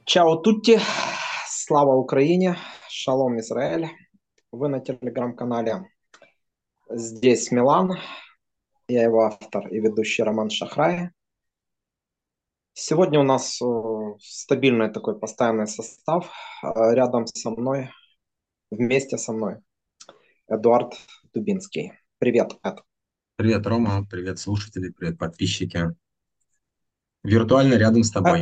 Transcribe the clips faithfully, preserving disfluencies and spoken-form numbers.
Чао тутти, слава Украине, шалом Израиль. Вы на телеграм-канале «Здесь Милан». Я его автор и ведущий Роман Шахрай. Сегодня у нас э, стабильный такой постоянный состав. Э, Рядом со мной, вместе со мной, Эдуард Дубинский. Привет, Эд. Привет, Рома, привет, слушатели, привет, подписчики. Виртуально рядом с Э, тобой.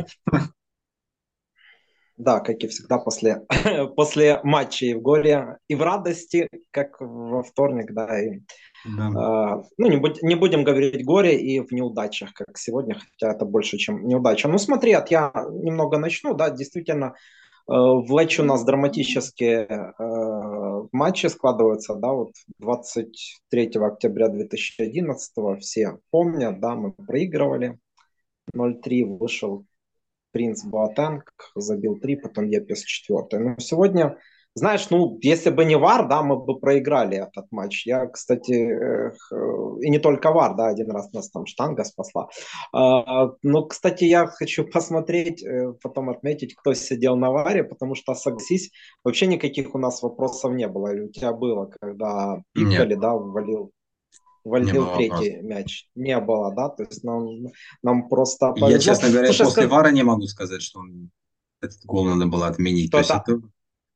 Да, как и всегда, после, после матчей в горе и в радости, как во вторник, да, и Да, А, ну, не, будь- не будем говорить горе и в неудачах, как сегодня, хотя это больше, чем неудача. Ну, смотри, от я немного начну, да, действительно, э, в Лечи у нас драматические э, матчи складываются, да, вот двадцать третьего октября две тысячи одиннадцатого все помнят, да, мы проигрывали ноль три, вышел Принц Боатенг, забил три, потом Епес четвертый. Но сегодня, знаешь, ну, если бы не ВАР, да, мы бы проиграли этот матч. Я, кстати, э, и не только ВАР, да, один раз нас там штанга спасла. А, но, кстати, я хочу посмотреть, э, потом отметить, кто сидел на ВАРе, потому что, согласись, вообще никаких у нас вопросов не было. Или у тебя было, когда нет, Пикали, да, ввалил не ввалил было вопросов. третий мяч. Не было, да? То есть нам, нам просто Я, повезло. честно говоря, Слушай, после скажи, ВАРа не могу сказать, что он- этот гол надо было отменить. То что есть это это,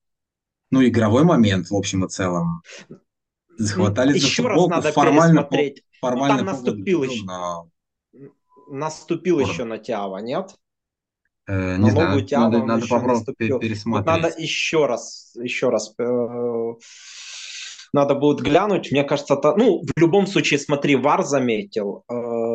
ну, игровой момент, в общем и целом. Схватались за еще раз футболку, надо формально по, пересмотреть. Ну, формально там по году наступил был еще, на наступил корнер. еще на Тиава, нет? Э, не На ногу знаю, Тиава надо, он надо еще попробовать пе- наступил. Вот надо пересмотреть. еще раз, еще раз э, надо будет глянуть. Мне кажется, это, ну, в любом случае, смотри, ВАР заметил,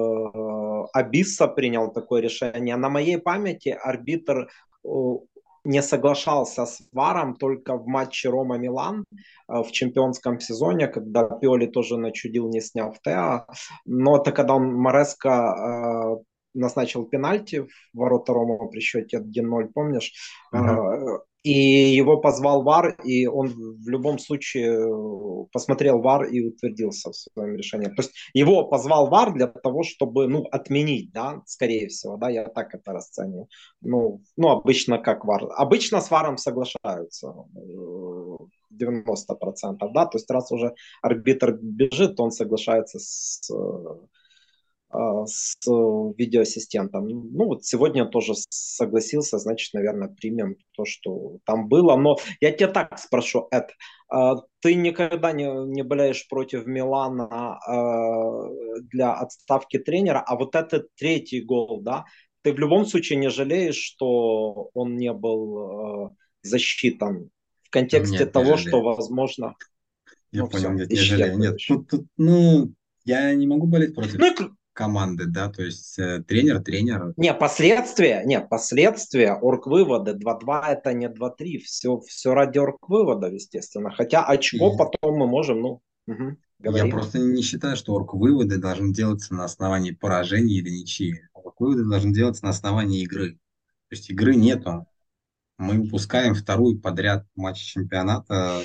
э, Абисса принял такое решение. На моей памяти арбитр э, не соглашался с ВАРом только в матче Рома-Милан э, в чемпионском сезоне, когда Пиоли тоже начудил, не сняв Теа. Но это когда он Мореско э, назначил пенальти в ворота Рома при счете один ноль, помнишь? Мгм. Э, И его позвал ВАР, и он в любом случае э, посмотрел ВАР и утвердился в своем решении. То есть его позвал ВАР для того, чтобы, ну, отменить, да, скорее всего, да, я так это расцениваю. Ну, ну обычно как ВАР. Обычно с ВАРом соглашаются э, девяносто процентов, да, то есть раз уже арбитр бежит, то он соглашается с э, а, с э, видеоассистентом. Ну вот сегодня тоже согласился, значит, наверное, примем то, что там было. Но я тебя так спрошу, Эд, а, ты никогда не, не болеешь против Милана а, для отставки тренера, а вот этот третий гол, да, ты в любом случае не жалеешь, что он не был э, засчитан в контексте Нет, не того, что, жалею. возможно, Я ну понял, все, нет, не жалею. Нет, исчерпываешь. тут, тут, ну, я не могу болеть Ну против и команды, да, то есть э, тренер, тренер. Не, последствия, не, последствия, орг-выводы, два-два это не два-три, все, все ради орг-выводов, естественно. Хотя очко И потом мы можем, ну, мгм, я говори. просто не считаю, что орг-выводы должны делаться на основании поражений или ничьи. Орг-выводы должны делаться на основании игры. То есть игры нету. Мы упускаем вторую подряд матч чемпионата.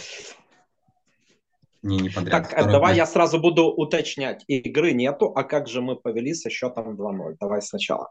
Не, не подряд, Так, э, второй давай матч. я сразу буду уточнять. Игры нету, а как же мы повели со счетом два ноль? Давай сначала.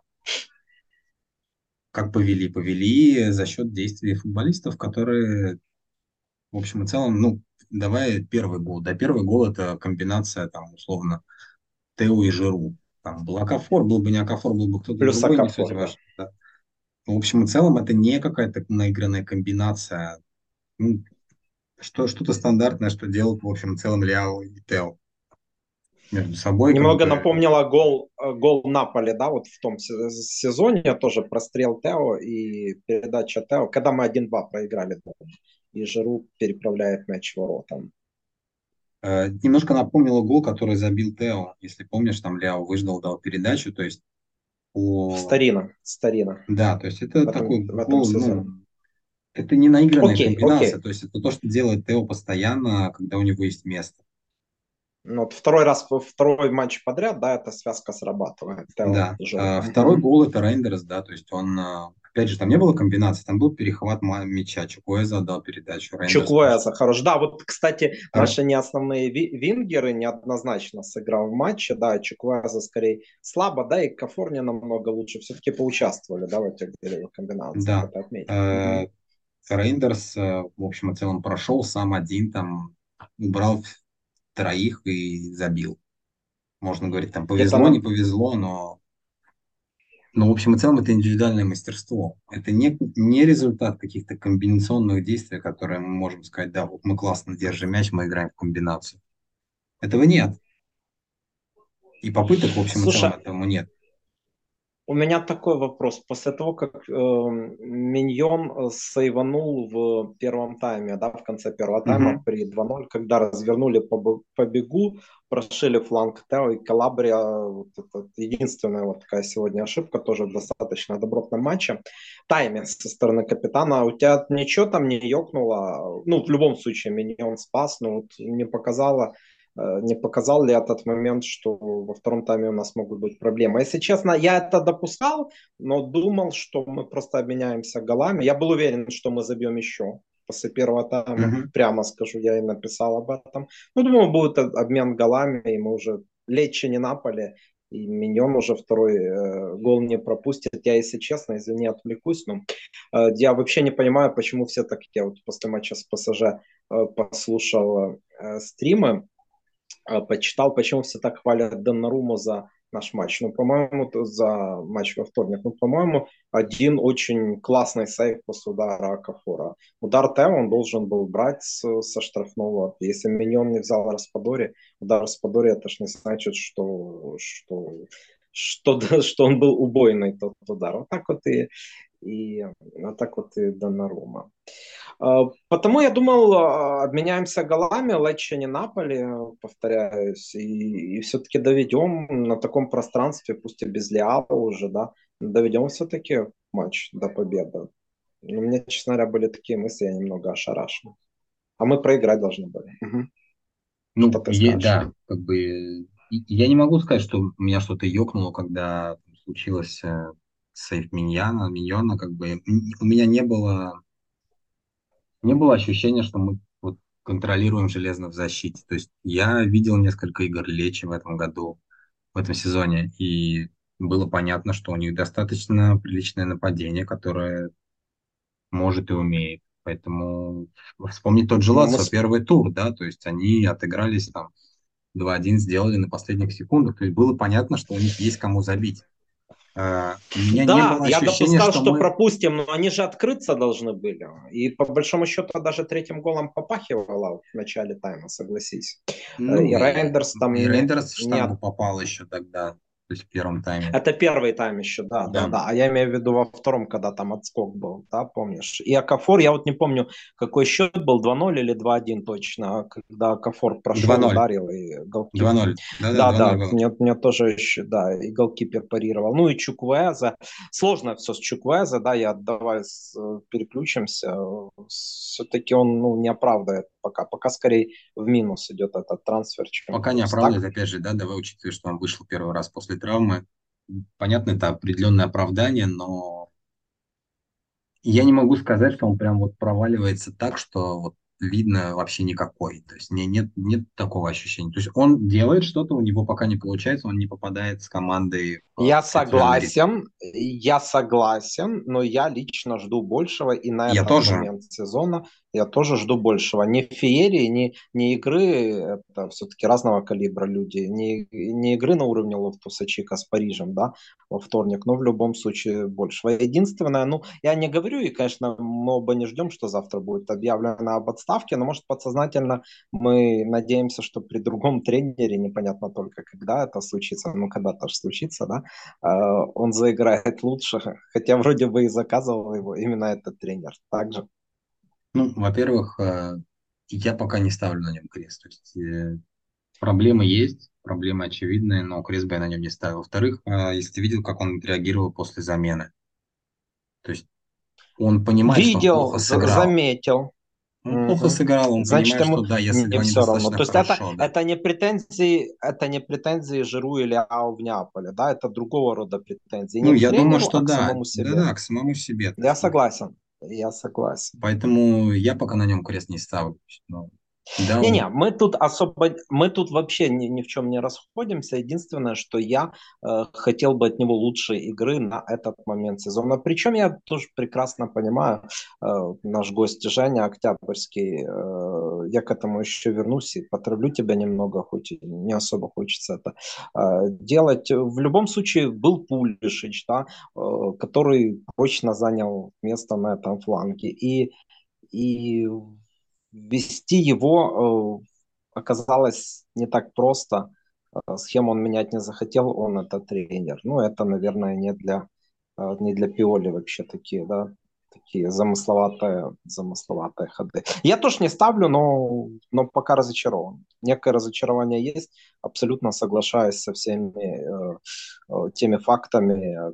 Как повели? Повели за счет действий футболистов, которые, в общем и целом, ну, давай первый гол. Да, первый гол это комбинация, там, условно, Тео и Жиру. Там был Акафор, был бы не Акафор, был бы кто-то Плюс другой, не суть Акафор, да. важно. Да. В общем и целом, это не какая-то наигранная комбинация. Ну, что, что-то стандартное, что делают, в общем и целом, Лиао и Тео между собой, как Немного бы. напомнила гол, э, гол Наполи, да, вот в том се- сезоне тоже прострел Тео и передача Тео, когда мы один-два проиграли, да, и Жиру переправляет мяч в ворота. Э, немножко напомнило гол, который забил Тео. Если помнишь, там Ляо выждал, дал передачу. То есть, по... Старина, старина да, то есть это в этом, такой в этом гол, сезоне. ну, это не наигранная Окей, комбинация. окей. То есть это то, что делает Тео постоянно, когда у него есть место. Ну, вот второй раз, второй матч подряд, да, эта связка срабатывает. Тео, Да. Жиру. А второй Мгм. гол это Рейндерс, да, то есть он, а, Опять же, там не было комбинации, там был перехват ма- мяча. Чукуэза отдал передачу, Рейндерс прошел. Чуквуэза хорош. Да, вот, кстати, Р- наши не основные ви- вингеры неоднозначно сыграл в матче. Да, Чуквуэза скорее слабо, да, и Кафор не намного лучше. Все-таки поучаствовали, да, в этих голевых комбинациях. Да. Это отметим. Э, Мгм. Рейндерс, э, в общем и целом, прошел сам один, там, убрал троих и забил. Можно говорить, там, Где-то повезло, не на повезло, но Но, в общем и целом, это индивидуальное мастерство. Это не, не результат каких-то комбинационных действий, которые мы можем сказать, да, вот мы классно держим мяч, мы играем в комбинацию. Этого нет. И попыток, в общем и целом, Слушай, этому нет. у меня такой вопрос. После того, как э, Миньон э, сейванул в первом тайме, да, в конце первого тайма Мгм. при два ноль, когда развернули по, б- по бегу, прошили фланг Тео и Калабрия, вот это единственная вот такая сегодня ошибка, тоже в достаточно добротном матче. Тайминг со стороны капитана. У тебя ничего там не ёкнуло? Ну, в любом случае, Миньон спас, но вот не показало э, не показал ли этот момент, что во втором тайме у нас могут быть проблемы. Если честно, я это допускал, но думал, что мы просто обменяемся голами. Я был уверен, что мы забьем еще после первого тайма. Мгм. Прямо скажу, я и написал об этом. Ну, думаю, будет обмен голами, и мы уже Лечи не Наполе, и Миньон уже второй э, гол не пропустит. Я, если честно, извини, отвлекусь, но э, я вообще не понимаю, почему все так, я вот после матча с ПСЖ э, послушал э, стримы, а, почитал, почему все так хвалят Доннаруму за наш матч. Ну, по-моему, то- за матч во вторник. Ну, по-моему, один очень классный сейв после удара Кафора. Удар Тео он должен был брать с- со штрафного. Если Миньон не взял Распадори, удар Распадори, это ж не значит, что, что, что, да, что он был убойный, тот удар. Вот так вот и, и, вот так вот и Доннарума. А, Потому я думал, а, обменяемся голами, Лечи не Наполи, повторяюсь, и, и все-таки доведем на таком пространстве, пусть и без Леала уже, да, доведем все-таки матч до победы. У меня, честно говоря, были такие мысли, я немного ошарашен. А мы проиграть должны были. Мгм. Что Ну, ты е- скажешь? да, как бы и- я не могу сказать, что у меня что-то ёкнуло, когда случилось э, сейф Миньяна, Миньона, как бы м, у меня не было не было ощущения, что мы вот контролируем железно в защите. То есть я видел несколько игр Лечи в этом году, в этом сезоне, и было понятно, что у них достаточно приличное нападение, которое может и умеет. Поэтому вспомнить тот же Ну, мы Лацо, с- первый тур, да, то есть они отыгрались там два один, сделали на последних секундах, то есть было понятно, что у них есть кому забить. А, У меня не Да, было я ощущения, допускал, что что мы, пропустим, но они же открыться должны были. И по большому счету даже третьим голом попахивало в начале тайма, согласись. Э, ну, И и, Рейндерс и там не, Рейндерс в штангу не попал еще тогда, то есть в первом тайме. Это первый тайм еще, да, да, Да. да. А я имею в виду во втором, когда там отскок был, да, помнишь? И Акафор, я вот не помню, какой счет был, два ноль или два один точно, а когда Акафор два прошел, ноль. ударил, и голкипер. два ноль. Да-да, Да, два ноль да, было. мне, мне тоже еще, да, и голкипер парировал. Ну и Чуквеза. Сложно все с Чуквеза, да, я давай с- э, переключимся. Все-таки он, ну, не оправдывает пока. Пока скорее в минус идет этот трансфер, чем в Пока не плюс. Так? оправдывает, опять же, да, давай учитывая, что он вышел первый раз после травмы. Понятно, это определенное оправдание, но я не могу сказать, что он прям вот проваливается так, что вот видно вообще никакой. То есть не, нет, нет такого ощущения. То есть он делает что-то, у него пока не получается, он не попадает с командой в Я определенный ритм. согласен, я согласен, но я лично жду большего, и на Я этот тоже. момент сезона я тоже жду большего. Не феерии, не, не игры, это все-таки разного калибра люди, не, не игры на уровне Лофтуса Чика с Парижем, да, во вторник, но в любом случае большего. Единственное, ну, я не говорю, и, конечно, мы оба не ждем, что завтра будет объявлено об отставке, но, может, подсознательно мы надеемся, что при другом тренере, непонятно только, когда это случится, ну, когда-то же случится, да, а, он заиграет лучше, хотя вроде бы и заказывал его именно этот тренер. Также. Ну, во-первых, э, я пока не ставлю на нем крест. То есть э, проблемы есть, проблемы очевидные, но крест бы я на нем не ставил. Во-вторых, э, если ты видел, как он реагировал после замены, то есть он понимает, что он Видел, плохо за- сыграл. заметил. Он плохо Мгм. сыграл, он Значит, понимает, что ему да, я не сыграл все равно. недостаточно То есть это, хорошо, да. это не претензии, это не претензии Жиру или Ау в Неаполе, да, это другого рода претензии. Ну, Не к я думаю, тренеру, что а к да. самому себе. Да-да, к самому себе. То Я есть, ну, согласен. Я согласен. поэтому я пока на нем крест не ставлю. Ну, да, Не-не, он мы тут особо, мы тут вообще ни, ни в чем не расходимся. Единственное, что я э, хотел бы от него лучшей игры на этот момент сезона. Причем я тоже прекрасно понимаю, э, наш гость Женя Октябрьский, э, я к этому еще вернусь и потравлю тебя немного, хоть и не особо хочется это э, делать. В любом случае был Пулишич, да, э, который прочно занял место на этом фланге. И и ввести его э, оказалось не так просто. Э, Схему он менять не захотел, он это тренер. Ну, это, наверное, не для, э, не для Пиоли вообще такие, да, такие замысловатые, замысловатые ходы. Я тоже не ставлю, но, но пока разочарован. Некое разочарование есть. Абсолютно соглашаюсь со всеми э, э, теми фактами,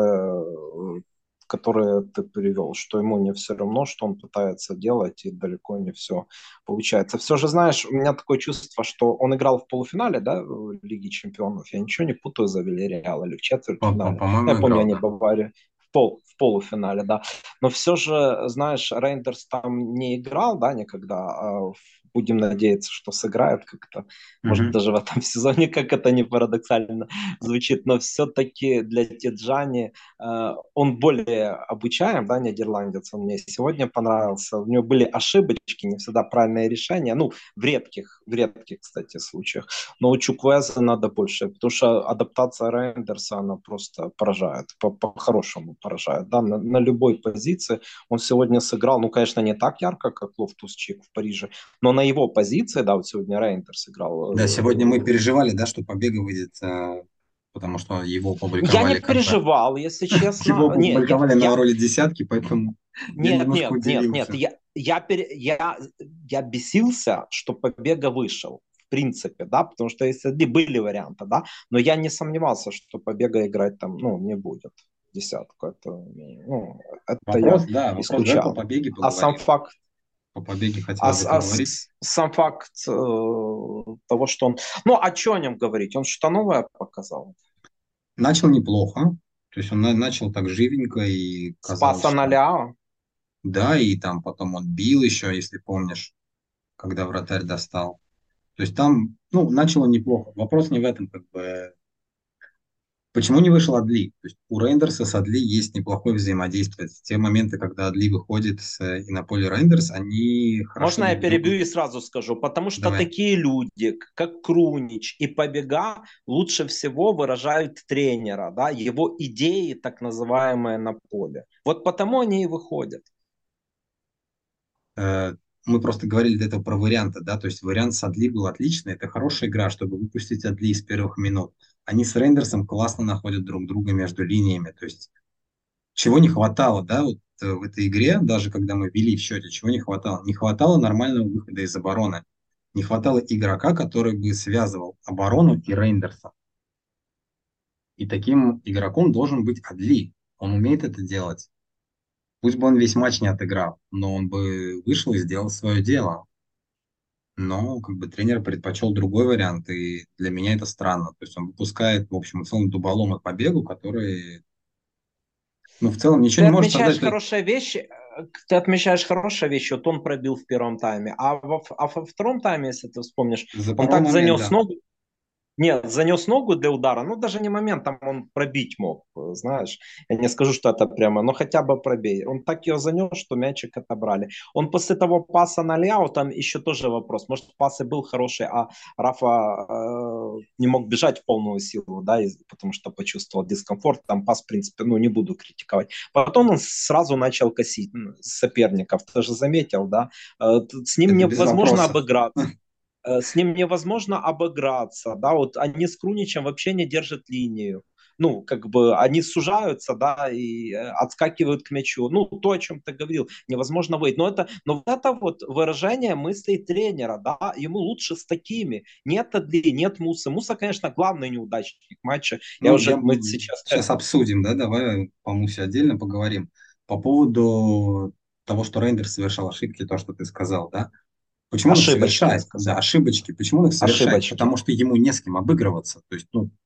которые которые ты привел, что ему не все равно, что он пытается делать, и далеко не все получается. Все же, знаешь, у меня такое чувство, что он играл в полуфинале, да, в Лиге Чемпионов. Я ничего не путаю за Вильяреал или в по- по- четвертьфинале. Я по-моему, помню, играл, они да. Баварию в, пол, в полуфинале, да. Но все же, знаешь, Рейндерс там не играл, да, никогда. А будем надеяться, что сыграет как-то. Может, Мгм. даже в этом сезоне, как это не парадоксально звучит. Но все-таки для Тиджани э, он более обучаем, да, нидерландец. Он мне сегодня понравился. У него были ошибочки, не всегда правильные решения. Ну, в редких, в редких, кстати, случаях. Но у Чуквеза надо больше, потому что адаптация Рейндерса, она просто поражает, по- по-хорошему поражает, да, на, на любой позиции. Он сегодня сыграл, ну, конечно, не так ярко, как Лофтус-Чик в Париже, но на его позиции, да, вот сегодня Рейндерс Да, сегодня мы играл. переживали, да, что Побега выйдет, э, потому что его Я не опубликовали как бы. переживал, если Его честно. Не, я, опубликовали на я роли десятки, поэтому я Нет, немножко нет, нет, нет. удивился. Я, я, пере- я, я бесился, что Побега вышел. В принципе, да, потому что если были варианты, да, но я не сомневался, что Побега играть там, ну, не будет десятку. Это, ну, это я Вопрос, да, вопрос, давай по исключал. Побеге А сам поговорим. факт, По Побеге а, хотелось бы с- а поговорить. с- сам факт э, того, что он, ну, а что о нем говорить? Он что-то новое показал. Начал неплохо, то есть он на- начал так живенько, и казалось, Спаса на что Ляо. да, и там потом он бил еще, если помнишь, когда вратарь достал. То есть там, ну, начал он неплохо. Вопрос не в этом, как бы. Почему не вышел Адли? То есть у Рейндерса с Адли есть неплохое взаимодействие. Те моменты, когда Адли выходит с, и на поле Рейндерс, они хорошо Можно я друг другу. перебью и сразу скажу? Потому что Давай. такие люди, как Крунич и Побега, лучше всего выражают тренера, да, его идеи, так называемые, на поле. Вот потому они и выходят. Э, Мы просто говорили до этого про варианты, да, то есть вариант с Адли был отличный, это хорошая игра, чтобы выпустить Адли с первых минут. Они с Рейндерсом классно находят друг друга между линиями, то есть чего не хватало, да, вот э, в этой игре, даже когда мы вели в счете, чего не хватало? Не хватало нормального выхода из обороны. Не хватало игрока, который бы связывал оборону и Рейндерса. И таким игроком должен быть Адли. Он умеет это делать. Пусть бы он весь матч не отыграл, но он бы вышел и сделал свое дело. Но как бы тренер предпочел другой вариант, и для меня это странно. То есть он выпускает, в общем и целом, дуболома по бегу, который, ну, в целом ничего Ты не может отмечаешь создать. То есть хорошие вещи, э, ты отмечаешь хорошие вещи, вот он пробил в первом тайме, а во, а во втором тайме, если ты вспомнишь, за он пару так момент, занес да. ногу. Нет, занес ногу для удара, ну даже не моментом он пробить мог, знаешь. Я не скажу, что это прямо, но хотя бы пробей. Он так ее занес, что мячик отобрали. Он после того паса на Ляо, там еще тоже вопрос. Может, пас и был хороший, а Рафа э, не мог бежать в полную силу, да, и, потому что почувствовал дискомфорт. Там пас, в принципе, ну не буду критиковать. Потом он сразу начал косить соперников. Ты же заметил, да? Э, с ним Это без невозможно вопросов. обыграться, с ним невозможно обыграться, да, вот они с Круничем вообще не держат линию, ну, как бы они сужаются, да, и э, отскакивают к мячу, ну, то, о чем ты говорил, невозможно выйти, но это, но вот это вот выражение мыслей тренера, да, ему лучше с такими, нет Адли, нет Мусы, Муса, конечно, главный неудачник матча, я Ну, уже, я мы сейчас, сейчас обсудим, да, давай по Мусе отдельно поговорим. По поводу того, что Рейндерс совершал ошибки, то, что ты сказал, да? Почему он их Ошибочки, я совершает? Да, сказал. ошибочки. Почему он их совершает? Ошибочки. Потому что ему не с кем обыгрываться. То есть, ну,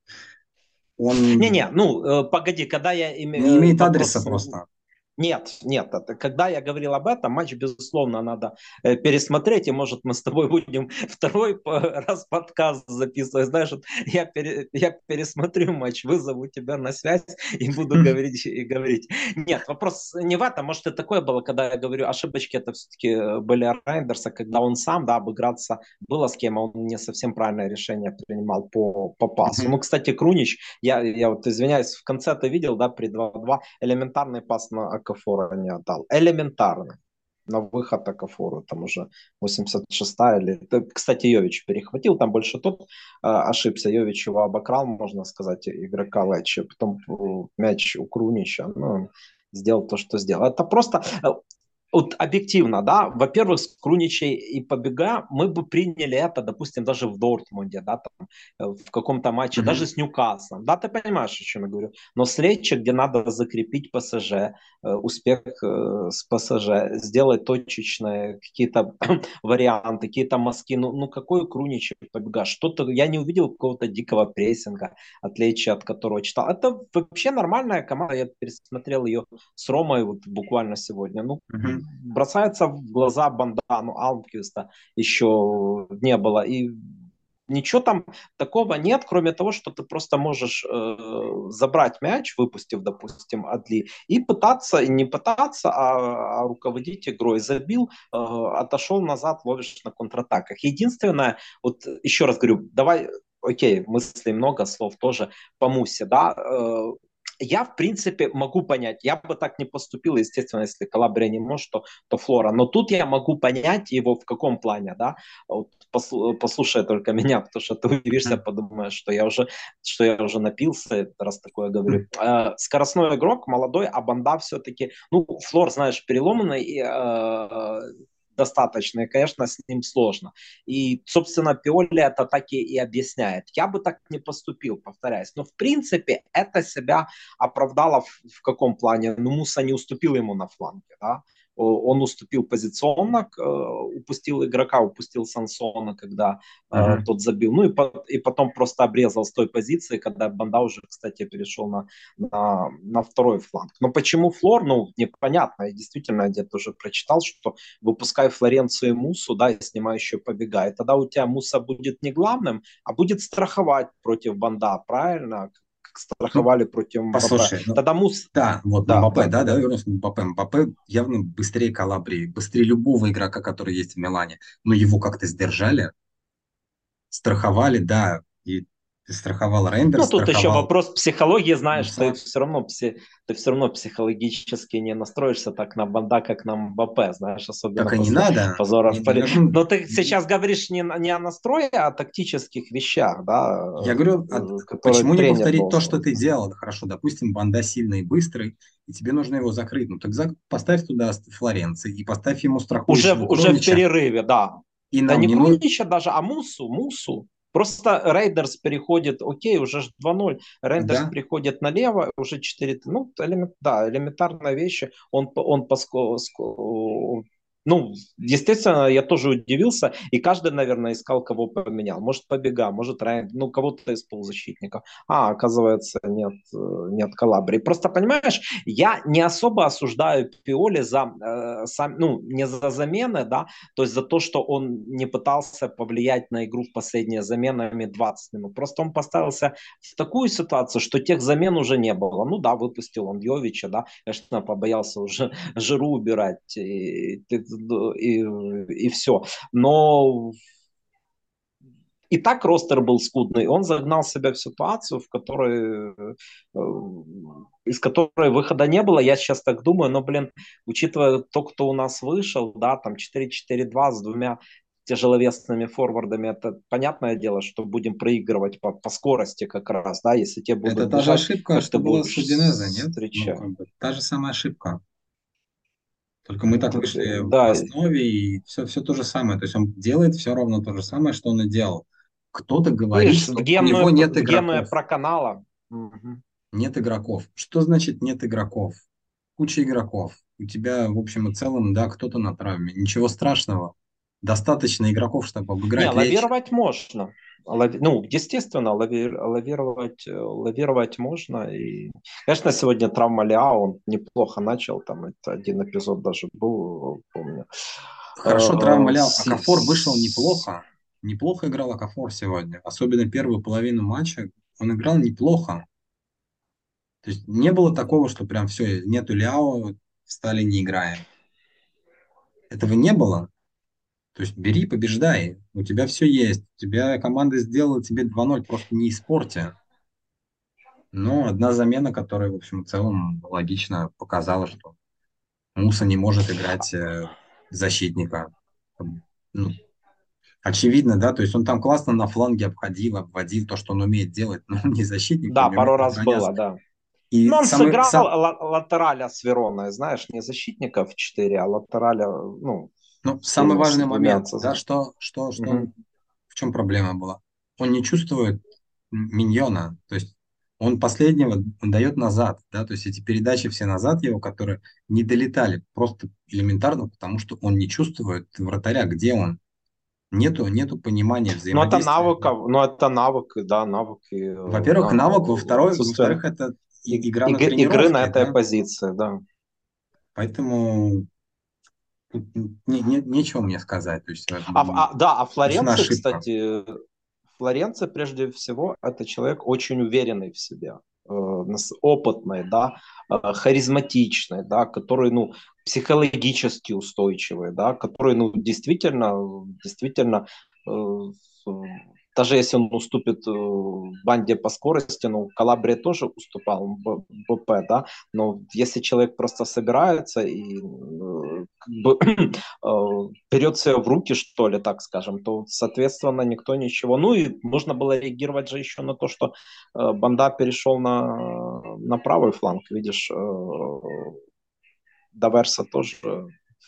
он Не-не, ну, э, погоди, когда я не имею имеет адреса вопрос. просто. Нет, нет, это, когда я говорил об этом, матч, безусловно, надо э, пересмотреть, и, может, мы с тобой будем второй по- раз подкаст записывать. Знаешь, вот я, пере- я пересмотрю матч, вызову тебя на связь и буду говорить и говорить. Нет, вопрос не в этом. Может, и такое было, когда я говорю, ошибочки это все-таки были Райндерса, когда он сам, да, обыграться было с кем, а он не совсем правильное решение принимал по, по пасу. Ну, кстати, Крунич, я, я вот извиняюсь, в конце ты видел, да, при два-два, элементарный пас на Акафора не отдал. Элементарный. На выход Акафору, там уже восемьдесят шестая или... Кстати, Йович перехватил, там больше тот э, ошибся. Йович его обокрал, можно сказать, игрока Лечи. Потом э, мяч у Крунича. Ну, сделал то, что сделал. Это просто... э, вот объективно, да, во-первых, с Круничей и Побега мы бы приняли это, допустим, даже в Дортмунде, да, там, э, в каком-то матче, даже Мгм. с Ньюкаслом, да, ты понимаешь, о чем я говорю, но с Лечи, где надо закрепить ПСЖ, э, успех э, с ПСЖ, сделать точечные какие-то варианты, какие-то мазки, ну, ну какой Крунич и Побега, что-то, я не увидел какого-то дикого прессинга, от Лечи, от которого читал, это вообще нормальная команда, я пересмотрел ее с Ромой вот буквально сегодня, ну, Мгм. бросается в глаза Бандану, Алмквиста еще не было. И ничего там такого нет, кроме того, что ты просто можешь э, забрать мяч, выпустив, допустим, Адли, и пытаться, и не пытаться, а, а руководить игрой. Забил, э, отошел назад, ловишь на контратаках. Единственное, вот еще раз говорю, давай, окей, мыслей много, слов тоже по Мусе, да, э, я, в принципе, могу понять, я бы так не поступил, естественно, если Калабрия не может, то, то Флора. Но тут я могу понять его в каком плане, да. Вот послу- послушай только меня, потому что ты удивишься, Мгм. подумаешь, что я уже, что я уже напился, раз такое говорю. Э, скоростной игрок, молодой, а Банда все-таки, ну, Флор, знаешь, переломанный, и, э, достаточно, и, конечно, с ним сложно. И, собственно, Пиоли это так и, и объясняет. Я бы так не поступил, повторяюсь. Но, в принципе, это себя оправдало в, в каком плане? Ну, Муса не уступил ему на фланге, да? Он уступил позиционно, э, упустил игрока, упустил Сансона, когда э, Мгм. тот забил. Ну и, по, и потом просто обрезал с той позиции, когда Банда уже, кстати, перешел на, на, на второй фланг. Но почему Флор? Ну, непонятно. Я действительно где-то уже прочитал, что выпускай Флоренцию и Мусу, да, и снимай еще Побега. И тогда у тебя Муса будет не главным, а будет страховать против Банда, правильно? Как Ну, страховали против Мбаппе. послушай, ну, Тогда Мус... да, вот Да, Мбаппе, да, да, говори. давай вернемся к Мбаппе. Мбаппе явно быстрее Калабрии, быстрее любого игрока, который есть в Милане. Но его как-то сдержали, страховали, да, и страховал Ну, Рейндерс, тут еще страховал вопрос психологии, знаешь, ты Муса. все равно, пси, ты все равно психологически не настроишься так на Банда, как на Мбаппе, знаешь, особенно Так и не после надо. позора Не- в не- Париже. ну, Но ты сейчас говоришь не, не о настрое, а о тактических вещах, да, Я говорю, а э, которые почему не тренер повторить то, должен что ты расписать. делал? Хорошо, допустим, Банда сильный и быстрый, и тебе нужно его закрыть. Ну так за- поставь туда Флоренции и поставь ему Уже, страхующего в- уже в Крунича. перерыве, да. И Да нам не не ну... Крунича даже, а Мусу, Мусу. Просто Рейдерс переходит, окей, уже ж два ноль, Рейдерс Да, переходит налево, уже четыре, ну, элемент, да, элементарные вещи, он, по- он поско, ско- ну, естественно, я тоже удивился, и каждый, наверное, искал, кого поменял. Может, Побега, может, Райан, ну, кого-то из полузащитников. А, оказывается, нет, э, нет Калабрии. Просто, понимаешь, я не особо осуждаю Пиоли за, э, сам, ну, не за замены, да, то есть за то, что он не пытался повлиять на игру в последние заменами двадцать минут. Просто он поставился в такую ситуацию, что тех замен уже не было. Ну да, выпустил он Йовича, да, конечно, побоялся уже Жиру убирать и, и, и, и все. Но и так ростер был скудный. Он загнал себя в ситуацию, в которой, э, из которой выхода не было. Я сейчас так думаю, но, блин, учитывая то, кто у нас вышел, да, там четыре четыре два с двумя тяжеловесными форвардами, это понятное дело, что будем проигрывать по, по скорости как раз, да, если те это будут та же бежать, ошибка, как ты что была будешь с Удинезе, нет? Ну, встречать. как бы, та же самая ошибка. Только мы так вышли в Да, основе, и все, все то же самое. То есть он делает все равно то же самое, что он и делал. Кто-то говорит, видишь, в что у него генную, нет в генную игроков. проканала. Мгм. Нет игроков. Что значит нет игроков? Куча игроков. у тебя, в общем и целом, да, кто-то на травме. Ничего страшного. Достаточно игроков, чтобы Не, обыграть Лечи. лавировать можно. Лави- Ну, естественно, лави- лавировать, э, лавировать можно. И, конечно, сегодня травма Ляо, он неплохо начал, там это один эпизод даже был, помню. Хорошо Э, травма. с- Акафор вышел с- неплохо. Неплохо играл Акафор сегодня. Особенно первую половину матча. Он играл неплохо. То есть не было такого, что прям все, нету Ляо, встали, не играем. Этого не было. То есть бери, побеждай. У тебя все есть. У тебя команда сделала тебе два ноль, просто не испорти. Но одна замена, которая, в общем, в целом логично показала, что Муса не может играть э, защитника. Ну, очевидно, да, то есть он там классно на фланге обходил, обводил то, что он умеет делать, но он не защитник, он Да, не умеет пару раз обороняться. было, да. И Но он самый, сыграл сам, ла- латераля с Вероной, знаешь, не защитника в четыре, а латераля, ну, ну, с самый кем с важный двумя. момент, да, что, что, что, Мгм. в чем проблема была? Он не чувствует миньона, то есть он последнего он дает назад, да, то есть эти передачи все назад его, которые не долетали, просто элементарно, потому что он не чувствует вратаря, где он. Нету, нету понимания Ну, это взаимодействия. навык, ну, это навык, да, навык, и, э, Во-первых, да, навык, ну, во-вторых, отсутствие во-вторых, это и- и- игра на иг- игры на тренировке, этой да, позиции, да. поэтому тут не, не- нечего мне сказать, то есть, э, А, в- а, да, а совершенно Флоренция, ошибка. кстати, Флоренция, прежде всего, это человек очень уверенный в себе, э, нас- опытный, да, э, харизматичный, да, который, ну, психологически устойчивый, да, который, ну, действительно, действительно, э, даже если он уступит э, банде по скорости, ну, Калабрия тоже уступал Б- БП, да, но если человек просто собирается и э, как бы э, берет себя в руки, что ли, так скажем, то, соответственно, никто ничего. Ну и можно было реагировать же еще на то, что э, Банда перешел на, на правый фланг. Видишь, э, Даверса тоже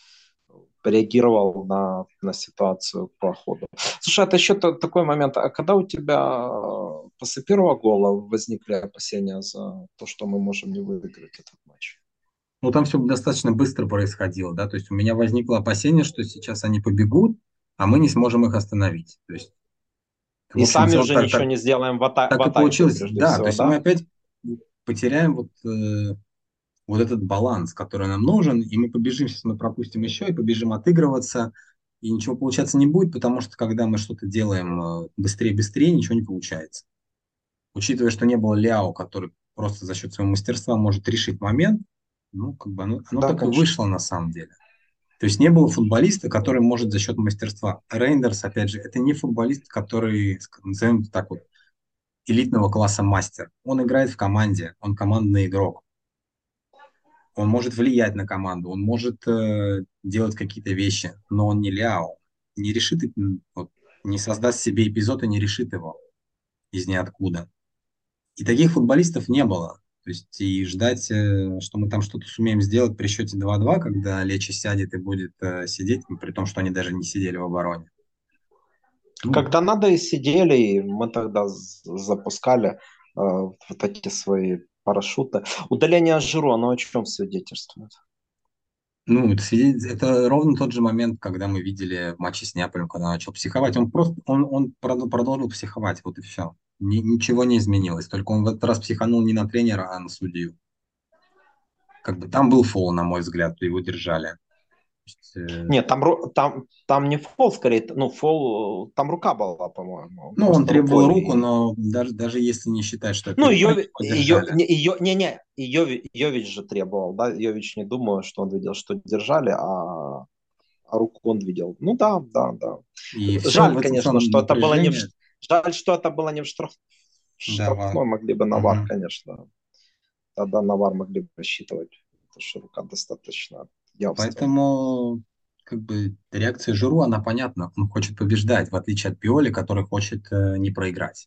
реагировал на, на ситуацию по ходу. Слушай, это еще та- такой момент. А когда у тебя э, после первого гола возникли опасения за то, что мы можем не выиграть этот матч? Ну, там все достаточно быстро происходило, да, то есть у меня возникло опасение, что сейчас они побегут, а мы не сможем их остановить. То есть, в И общем, сами целом уже так, ничего так, не сделаем в, ата- в так и атаке, получилось, прежде да, то всего, есть мы да? опять потеряем вот, э, вот этот баланс, который нам нужен, и мы побежим, сейчас мы пропустим еще, и побежим отыгрываться, и ничего получаться не будет, потому что когда мы что-то делаем быстрее-быстрее, ничего не получается. Учитывая, что не было Ляо, который просто за счет своего мастерства может решить момент, ну, как бы оно, оно Да, так и конечно. вышло на самом деле. То есть не было футболиста, который может за счет мастерства. Рейндерс, опять же, это не футболист, который, назовем это так вот, элитного класса мастер. Он играет в команде, он командный игрок. Он может влиять на команду, он может э, делать какие-то вещи, но он не Ляо. Не решит, м, вот, не создаст себе эпизод и не решит его из ниоткуда. И таких футболистов не было. То есть и ждать, э, что мы там что-то сумеем сделать при счете два-два, когда Лечи сядет и будет э, сидеть, при том, что они даже не сидели в обороне. Ну, Когда надо и сидели, и мы тогда з- запускали э, вот эти свои парашюты. Удаление Жиро, оно о чем свидетельствует? ну это, свидетель- это ровно тот же момент, когда мы видели в матче с Неаполем, когда он начал психовать. Он просто он, он прод- продолжил психовать, вот и все. Ни- ничего не изменилось. Только он в этот раз психанул не на тренера, а на судью. Как бы там был фол, на мой взгляд, его держали. То есть, э, Нет, там, ру- там, там не фол, скорее, ну, фол, э, там рука была, по-моему, он ну, он просто требовал рукой. руку, И- но даже, даже если не считать, что это Ну, рука, Йови, его Йо- держали. не, Йо- не, не, и Йови- Йович же требовал, да, Йович не думаю, что он видел, что держали, а, а руку он видел. Ну да, да, да. И все в Жаль, этом конечно, всем что это было не в, ш- напряжении жаль, что это было не в штраф, в давал. штрафной, могли бы на вар, Мгм. конечно. Тогда на вар могли бы рассчитывать, потому что рука достаточно явственная. Поэтому как бы реакция Жиру, она понятна. Он хочет побеждать, в отличие от Пиоли, который хочет э, не проиграть.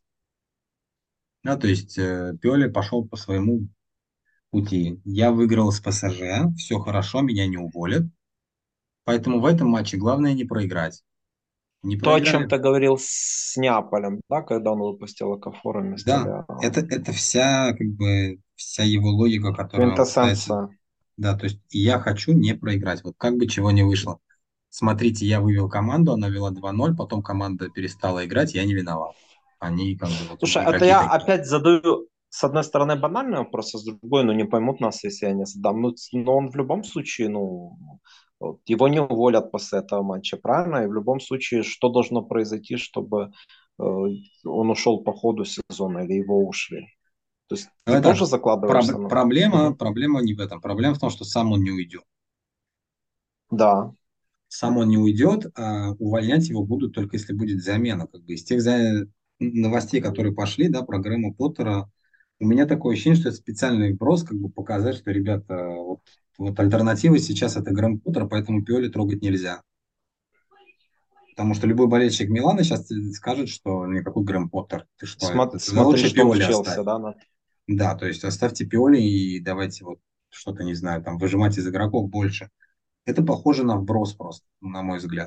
Да, то есть э, Пиоли пошел по своему пути. Я выиграл с ПСЖ, все хорошо, меня не уволят. Поэтому в этом матче главное не проиграть. Не То, о чем проиграли. ты говорил с Неаполем, да, когда он выпустил Акафора вместо Да, Ляо. это, это вся, как бы, вся его логика, которую он пытается Квинтэссенция. Да, то есть я хочу не проиграть, вот как бы чего не вышло. Смотрите, я вывел команду, она вела два ноль, потом команда перестала играть, я не виноват. Они как бы вот Слушай, это игроки я такие. опять задаю, с одной стороны, банальный вопрос, а с другой, ну, не поймут нас, если я не задам. Ну, ц- но он в любом случае, ну, вот, его не уволят после этого матча, правильно? И в любом случае, что должно произойти, чтобы э, он ушел по ходу сезона или его ушли? То есть ты Давай тоже так, закладываешься проб- на... проблема, Мгм. проблема не в этом. Проблема в том, что сам он не уйдет. Да. Сам он не уйдет, а увольнять его будут только если будет замена. Как бы из тех за- новостей, которые пошли, да, про Грэма Поттера, у меня такое ощущение, что это специальный вброс, как бы показать, что, ребята, вот, вот альтернатива сейчас это Грэм Поттер, поэтому Пиоли трогать нельзя. Потому что любой болельщик Милана сейчас скажет, что никакой Грэм Поттер, ты что, Смо- это, тогда смотри, лучше что он в Пиоли оставь. Челси, да? на- Да, то есть оставьте Пиоли и давайте вот что-то, не знаю, там выжимать из игроков больше. Это похоже на вброс просто, на мой взгляд.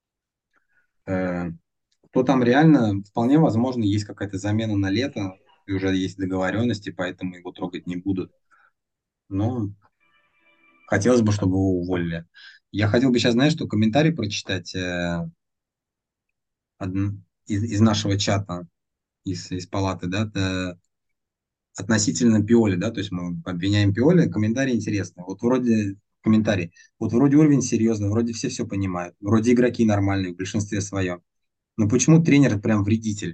Э, То там реально, вполне возможно, есть какая-то замена на лето, и уже есть договоренности, поэтому его трогать не будут. Но хотелось бы, чтобы его уволили. Я хотел бы сейчас, знаешь, что комментарий прочитать э, одн- из, из нашего чата, из, из палаты, да, э, относительно Пиоли, да, то есть мы обвиняем Пиоли, комментарий интересный. Вот вроде комментарий, вот вроде уровень серьезный, вроде все все понимают, вроде игроки нормальные в большинстве своем. Но почему тренер прям вредитель?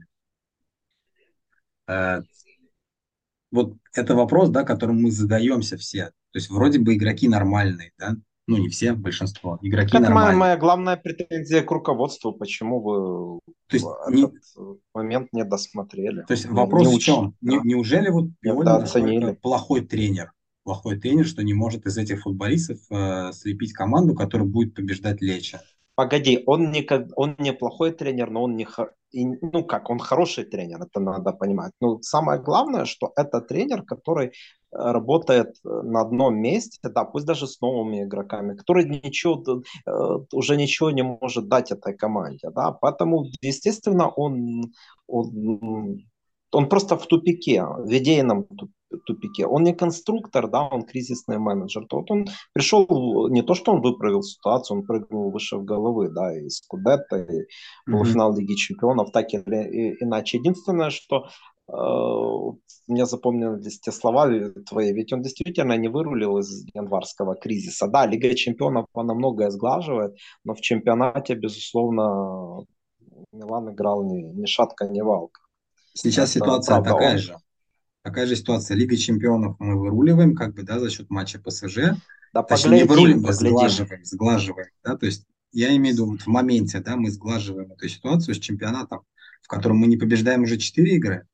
Э, Вот это вопрос, да, которым мы задаемся все. То есть вроде бы игроки нормальные, да, ну не все, большинство, Так игроки это моя, нормальные. моя главная претензия к руководству. Почему вы То есть, этот не, э, момент не досмотрели, то есть не, не вопрос в учли, чем? Не- да? неужели вот Пиоли настолько Недооценили. плохой тренер, плохой тренер, что не может из этих футболистов э, слепить команду, которая будет побеждать Лечо? Погоди, он не, как- он не плохой тренер, но он не... хо- и, ну как, он хороший тренер, это надо понимать. Но самое главное, что это тренер, который э, работает э, на одном месте, да, пусть даже с новыми игроками, который ничего, э, уже ничего не может дать этой команде, да, поэтому, естественно, он, он, он просто в тупике, в идейном ту- тупике. Он не конструктор, да, он кризисный менеджер. То вот он пришел, не то, что он выправил ситуацию, он прыгнул выше в головы, да, и Скудетто, и Мгм. полуфинал Лиги Чемпионов, так или и- иначе. Единственное, что э, мне запомнились те слова твои, ведь он действительно не вырулил из январского кризиса. Да, Лига Чемпионов, она многое сглаживает, но в чемпионате, безусловно, Милан играл ни, ни шатка, ни валка. Сейчас Это ситуация правда. такая Он, же. Такая же ситуация. Лига чемпионов мы выруливаем, как бы, да, за счет матча ПСЖ. да, Точнее, не поглядим, выруливаем, поглядим. сглаживаем, сглаживаем, да, то есть я имею в виду вот в моменте, да, мы сглаживаем эту ситуацию с чемпионатом, в котором мы не побеждаем уже четыре игры.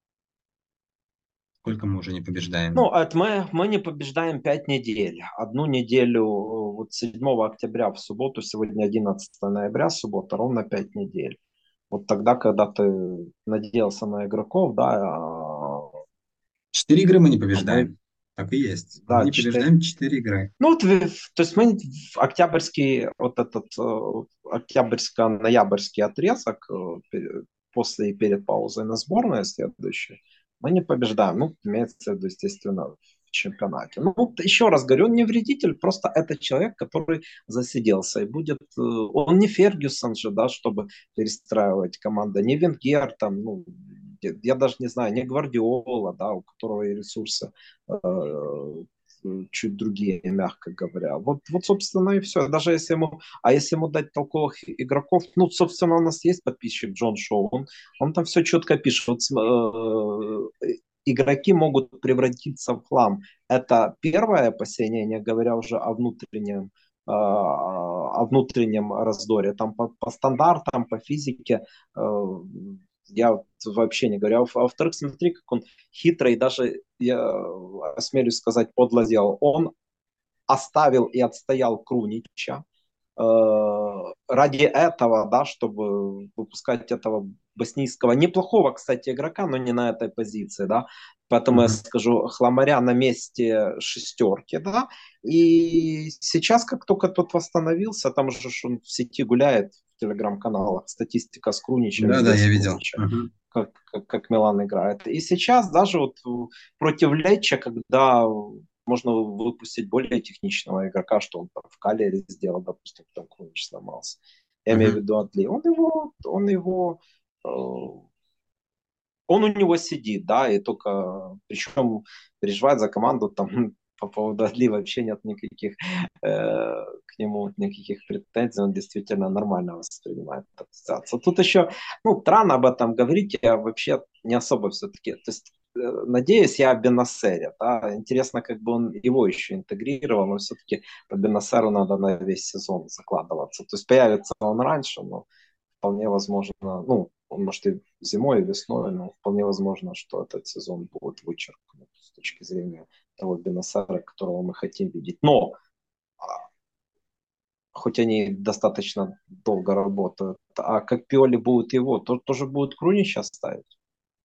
Сколько мы уже не побеждаем? Ну, это мы, мы не побеждаем пять недель. Одну неделю, э, вот седьмого октября в субботу, сегодня одиннадцатое ноября, суббота, ровно пять недель. Вот тогда, когда ты надеялся на игроков, да, а Четыре игры мы не а мы, побеждаем. Так и есть. Мы да, не четыре. побеждаем четыре игры. Ну, вот, в- то есть мы в октябрьский, вот этот э, октябрьско-ноябрьский отрезок э, пе- после и перед паузой на сборную следующей, мы не побеждаем. Ну, имеется в виду, естественно, в чемпионате. Ну, вот еще раз говорю, он не вредитель, просто это человек, который засиделся и будет... э, Он не Фергюсон же, да, чтобы перестраивать команду, не Венгер, там, ну, я я даже не знаю, не Гвардиола, да, у которого и ресурсы э, чуть другие, мягко говоря. Вот, вот, собственно, и все. Даже если ему, а если ему дать толковых игроков, ну, собственно, у нас есть подписчик Джон Шоу, он, он там все четко пишет. Вот, э, игроки могут превратиться в хлам. Это первое опасение, не говоря уже о внутреннем э, о внутреннем раздоре. Там по, по стандартам, по физике э, я вообще не говорю. А во-вторых, смотри, как он хитрый, даже я осмелюсь сказать, подло сделал. Он оставил и отстоял Крунича э, ради этого, да, чтобы выпускать этого боснийского, неплохого, кстати, игрока, но не на этой позиции, да, поэтому я Мгм. скажу, Хламаря на месте шестерки, да, и сейчас, как только тот восстановился, там же он в сети гуляет в телеграм-каналах, статистика с Круничем, Да-да, везде с я видел. Круничем, Мгм. как, как, как Милан играет. И сейчас даже вот против Леча, когда можно выпустить более техничного игрока, что он там в Калере сделал, допустим, там Крунич сломался. Я имею в Мгм. виду Адли. Он его, он его, э, он у него сидит, да, и только, причем переживает за команду там по поводу Адли вообще нет никаких э, к нему никаких претензий, он действительно нормально воспринимает эту ситуацию. Тут еще, ну, рано об этом говорить, я вообще не особо все-таки, то есть э, надеюсь я о Бенасере, да, интересно, как бы он его еще интегрировал, но все-таки по Бенасеру надо на весь сезон закладываться, то есть появится он раньше, но вполне возможно, ну, он может и зимой, и весной, но вполне возможно, что этот сезон будет вычеркнут с точки зрения того Бенасара, которого мы хотим видеть. Но а, хоть они достаточно долго работают, а как Пиоли будет его, то тоже будет Крунича ставить,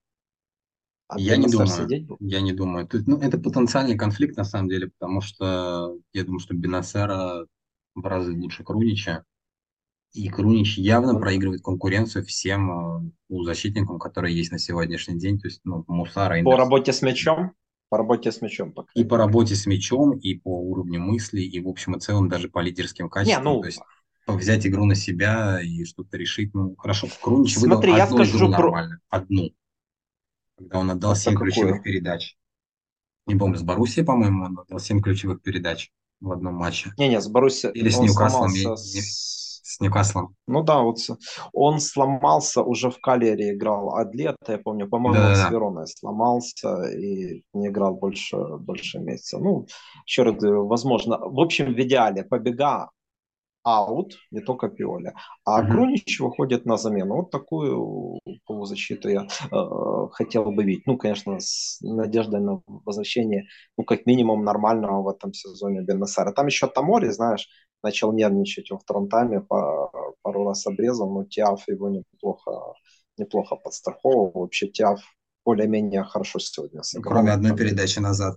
а Я не Бенасар думаю, сидеть будет. я не думаю. Тут, ну, это потенциальный конфликт на самом деле, потому что я думаю, что Бенасера в разы лучше Крунича. И Крунич явно Ну, проигрывает конкуренцию всем э, ну, защитникам, которые есть на сегодняшний день. То есть, ну, Муса, по Рейндерс. работе с мячом, по работе с мячом, по И крайней по мере. работе с мячом, и по уровню мыслей, и в общем и целом даже по лидерским Не, качествам. То ну, есть взять игру на себя и что-то решить. Ну, хорошо, Крунич выдал смотри, я одну игру скажу про... нормально. Одну. Когда он отдал Это семь ключевых какую? передач. Не помню, с Боруссией, по-моему, он отдал семь ключевых передач в одном матче. Не-не, с Баруси Или с он Ньюкаслом. Я сломался не- с... С Ньюкаслом. Ну да, вот с- он сломался, уже в Калере играл Адлета, я помню, по-моему, с Да-да-да. Вероной сломался и не играл больше, больше месяца. Ну, еще раз говорю, возможно, в общем, в идеале побега аут, не только Пиоли. А Мгм. Крунич выходит на замену. Вот такую полузащиту я э, хотел бы видеть. Ну, конечно, с надеждой на возвращение, ну, как минимум, нормального в этом сезоне Беннесера. Там еще Тамори, знаешь, начал нервничать во втором тайме, по, пару раз обрезал, но Тиаф его неплохо, неплохо подстраховывал. Вообще Тиаф более-менее хорошо сегодня Кроме сыграл, одной там и передачи назад.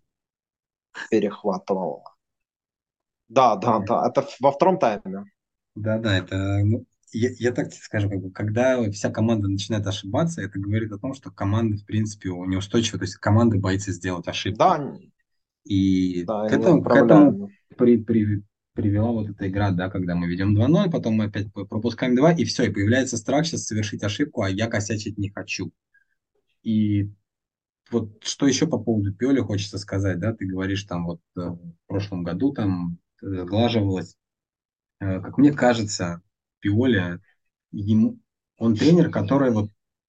перехватывал. Да, да, да, это во втором тайме. Да-да, это, ну, я, я так тебе скажу, как бы, когда вся команда начинает ошибаться, это говорит о том, что команда, в принципе, неустойчива, то есть команда боится сделать ошибку. Да, И да, к этому, к этому неуправляемо. при, при- привела вот эта игра, да, когда мы ведем два ноль, потом мы опять пропускаем два, и все, и появляется страх сейчас совершить ошибку, а я косячить не хочу. И вот что еще по поводу Пиоли хочется сказать, да, ты говоришь, там вот э, в прошлом году там э, сглаживалось. Э, как мне кажется, Пиоли, ему, он тренер, который вот,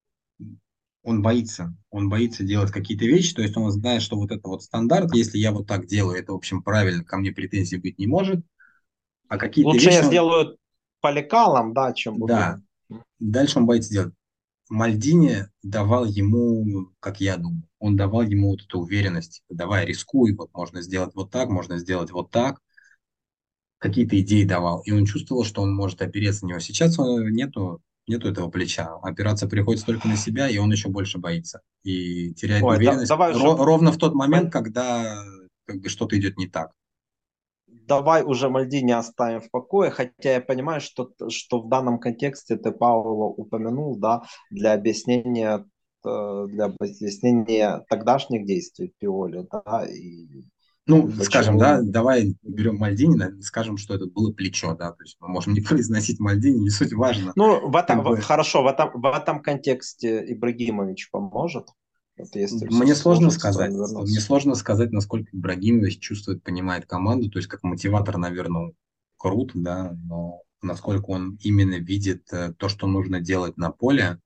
он боится, он боится делать какие-то вещи, то есть он знает, что вот это вот стандарт, если я вот так делаю, это, в общем, правильно, ко мне претензий быть не может, а какие-то Лучше я вещи он, сделаю по лекалам, да, чем да, буду. дальше он боится делать. Мальдини давал ему, как я думаю, он давал ему вот эту уверенность, типа, давай рискуй, вот можно сделать вот так, можно сделать вот так, какие-то идеи давал, и он чувствовал, что он может опереться на него. Сейчас он, нету, нету этого плеча. Опираться приходится только на себя, и он еще больше боится. И теряет Ой, да, уверенность давай уже, ро- ровно в тот момент, Маль- когда как бы что-то идет не так. давай уже Мальдини оставим в покое, хотя я понимаю, что, что в данном контексте ты Паула упомянул, да, для объяснения, э, для объяснения тогдашних действий Пиоли, да, и, и Ну, скажем, почему да, именно. давай берем Мальдини, да, скажем, что это было плечо, да, то есть мы можем не произносить Мальдини, не суть важно. Ну, в этом, Как в- бы хорошо, в этом, в этом контексте Ибрагимович поможет. Вот если все мне сложно сложится, то он сказать, мне вернется. сложно сказать, насколько Ибрагимович чувствует, понимает команду, то есть как мотиватор, наверное, крут, да, но насколько он именно видит э, то, что нужно делать на поле,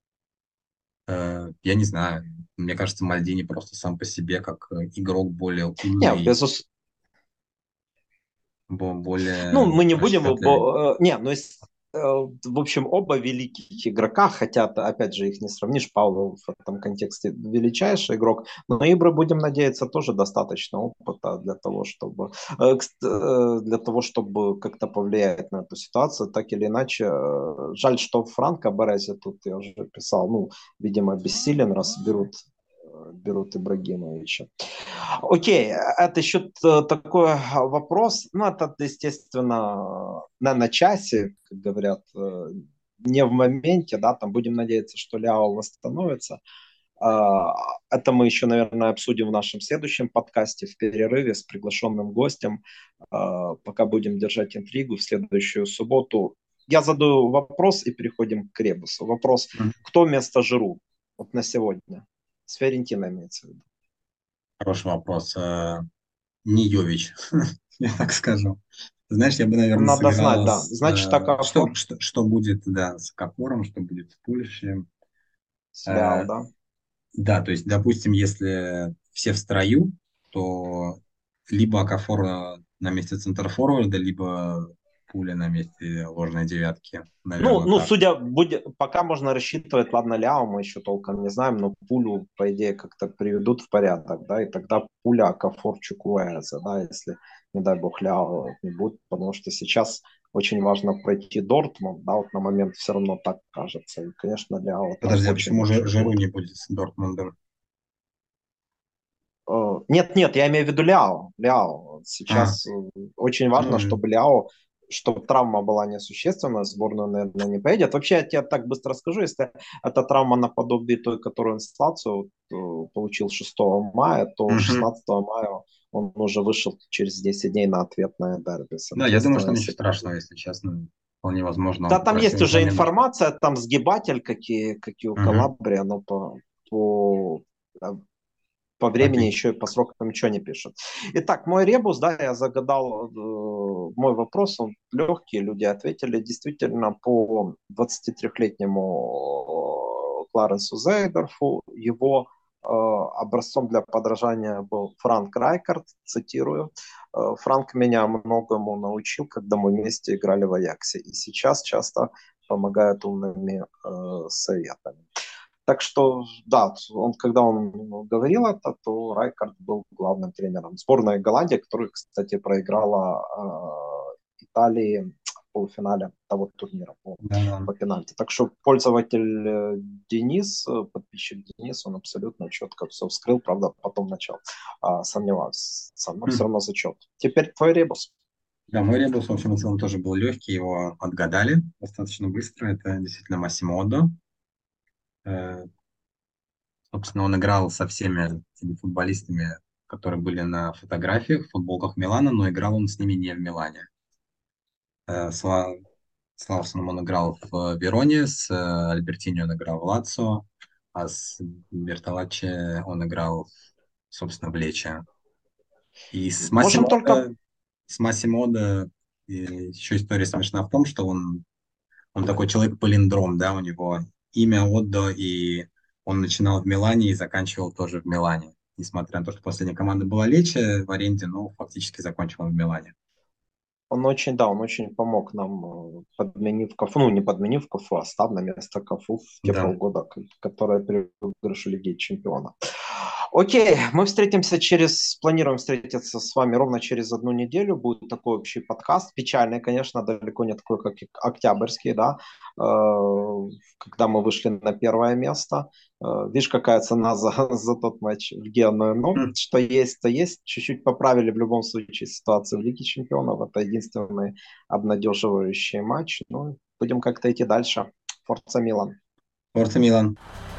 э, я не знаю. Мне кажется, Мальдини просто сам по себе как э, игрок более Не, умный, безус... бо- Ну, более мы не будем, расчетливый. бо- э, не, ну, есть, э, в общем, оба великих игрока, хотя, ты, опять же, их не сравнишь, Пауло в этом контексте величайший игрок, но Ибра, будем надеяться, тоже достаточно опыта для того, чтобы, э, кст- э, для того, чтобы как-то повлиять на эту ситуацию, так или иначе. э, Жаль, что Франко Барези, тут я уже писал, ну, видимо, бессилен, раз берут, э, берут Ибрагимовича. Окей, это еще т- такой вопрос. Ну, это, естественно, на, на часе, как говорят, э, не в моменте, да, там будем надеяться, что Ляо восстановится. А, Это мы еще, наверное, обсудим в нашем следующем подкасте в перерыве с приглашенным гостем. А, Пока будем держать интригу в следующую субботу. Я задаю вопрос и переходим к ребусу. Вопрос, Мгм. кто вместо Жиру вот на сегодня? С Фиорентино имеется в виду. Хороший вопрос. Э, Не Йович, я так скажу. Знаешь, я бы, наверное, Надо знать, сыграл да. с... Значит, э, Что, Акафор, что, что будет, да, с Капором, что будет с Пульшем. Сляу, Э, да. Да, то есть, допустим, если все в строю, то либо Акафор э, на месте центрфорварда, либо Пуля на месте ложной девятки. Ну, Наверное, ну, так. судя, будет, пока можно рассчитывать, ладно, Ляо мы еще толком не знаем, но пулю, по идее, как-то приведут в порядок, да, и тогда пуля Кафор Чукуэзе, да, если, не дай бог, Ляо не будет, потому что сейчас очень важно пройти Дортмунд, да, вот на момент все равно так кажется, и, конечно, Ляо там Подожди, а очень почему же нужен Жиру будет. не будет с Дортмундом? Э, Нет, нет, я имею в виду Ляо. Ляо. А, Сейчас э, очень важно, ну, чтобы Ляо, чтобы травма была несущественна, сборную, наверное, не поедет. Вообще, я тебе так быстро скажу, если эта травма наподобие той, которую он с Лацио э, получил шестого мая, то мгм. шестнадцатого мая он уже вышел через десять дней на ответное дерби. Да, я думаю, Соответственно, что ничего если... страшного, если честно. Вполне возможно, Да, он там есть попросил уже замену. информация, там сгибатель, какие, какие у Мгм. Калабрия, но по, по э, по времени Окей. еще и по срокам ничего не пишут. Итак, мой ребус, да, я загадал э, мой вопрос, он легкий, люди ответили. Действительно, по двадцатитрёхлетнему Кларенсу Зейдорфу его э, образцом для подражания был Франк Райкард, цитирую. Э, Франк меня многому научил, когда мы вместе играли в Аяксе, и сейчас часто помогает умными э, советами. Так что, да, он, когда он говорил это, то Райкард был главным тренером сборной Голландии, которая, кстати, проиграла э, Италии в полуфинале того турнира по, Да, да. по пенальти. Так что пользователь э, Денис, э, подписчик Денис, он абсолютно четко все вскрыл, правда, потом начал э, сомневаться, но все Хм. равно зачет. Теперь твой ребус. Да, мой ребус, в общем и целом, тоже был легкий, его отгадали достаточно быстро. Это действительно Массимо Одо. Э, Собственно, он играл со всеми теми футболистами, которые были на фотографиях, в футболках Милана, но играл он с ними не в Милане. Э, С Ла- с Ларсоном он играл в Вероне, с э, Альбертини он играл в Лацио, а с Бертолаччи он играл, собственно, в Лечо. И с Можем Массимо только... Одо, с Массимо Одо э, еще история смешна в том, что он, он такой человек-палиндром, да, у него имя Одо, и он начинал в Милане и заканчивал тоже в Милане. Несмотря на то, что последняя команда была Лечо в аренде, но фактически закончил он в Милане. Он очень, да, он очень помог нам, э, подменив Кафу, ну, не подменив Кафу, а став на место Кафу в те Да. полгода, к- которые переигрыш Лиги Чемпионов. Окей, мы встретимся через, планируем встретиться с вами ровно через одну неделю. Будет такой общий подкаст, печальный, конечно, далеко не такой, как и Октябрьский, да, э, когда мы вышли на первое место. Э, Видишь, какая цена за, за тот матч в Геную. Ну, Хм. что есть, то есть. Чуть-чуть поправили в любом случае ситуацию в Лиге Чемпионов. Это единственный обнадеживающий матч. Ну, будем как-то идти дальше. Форца Милан. Форца Милан.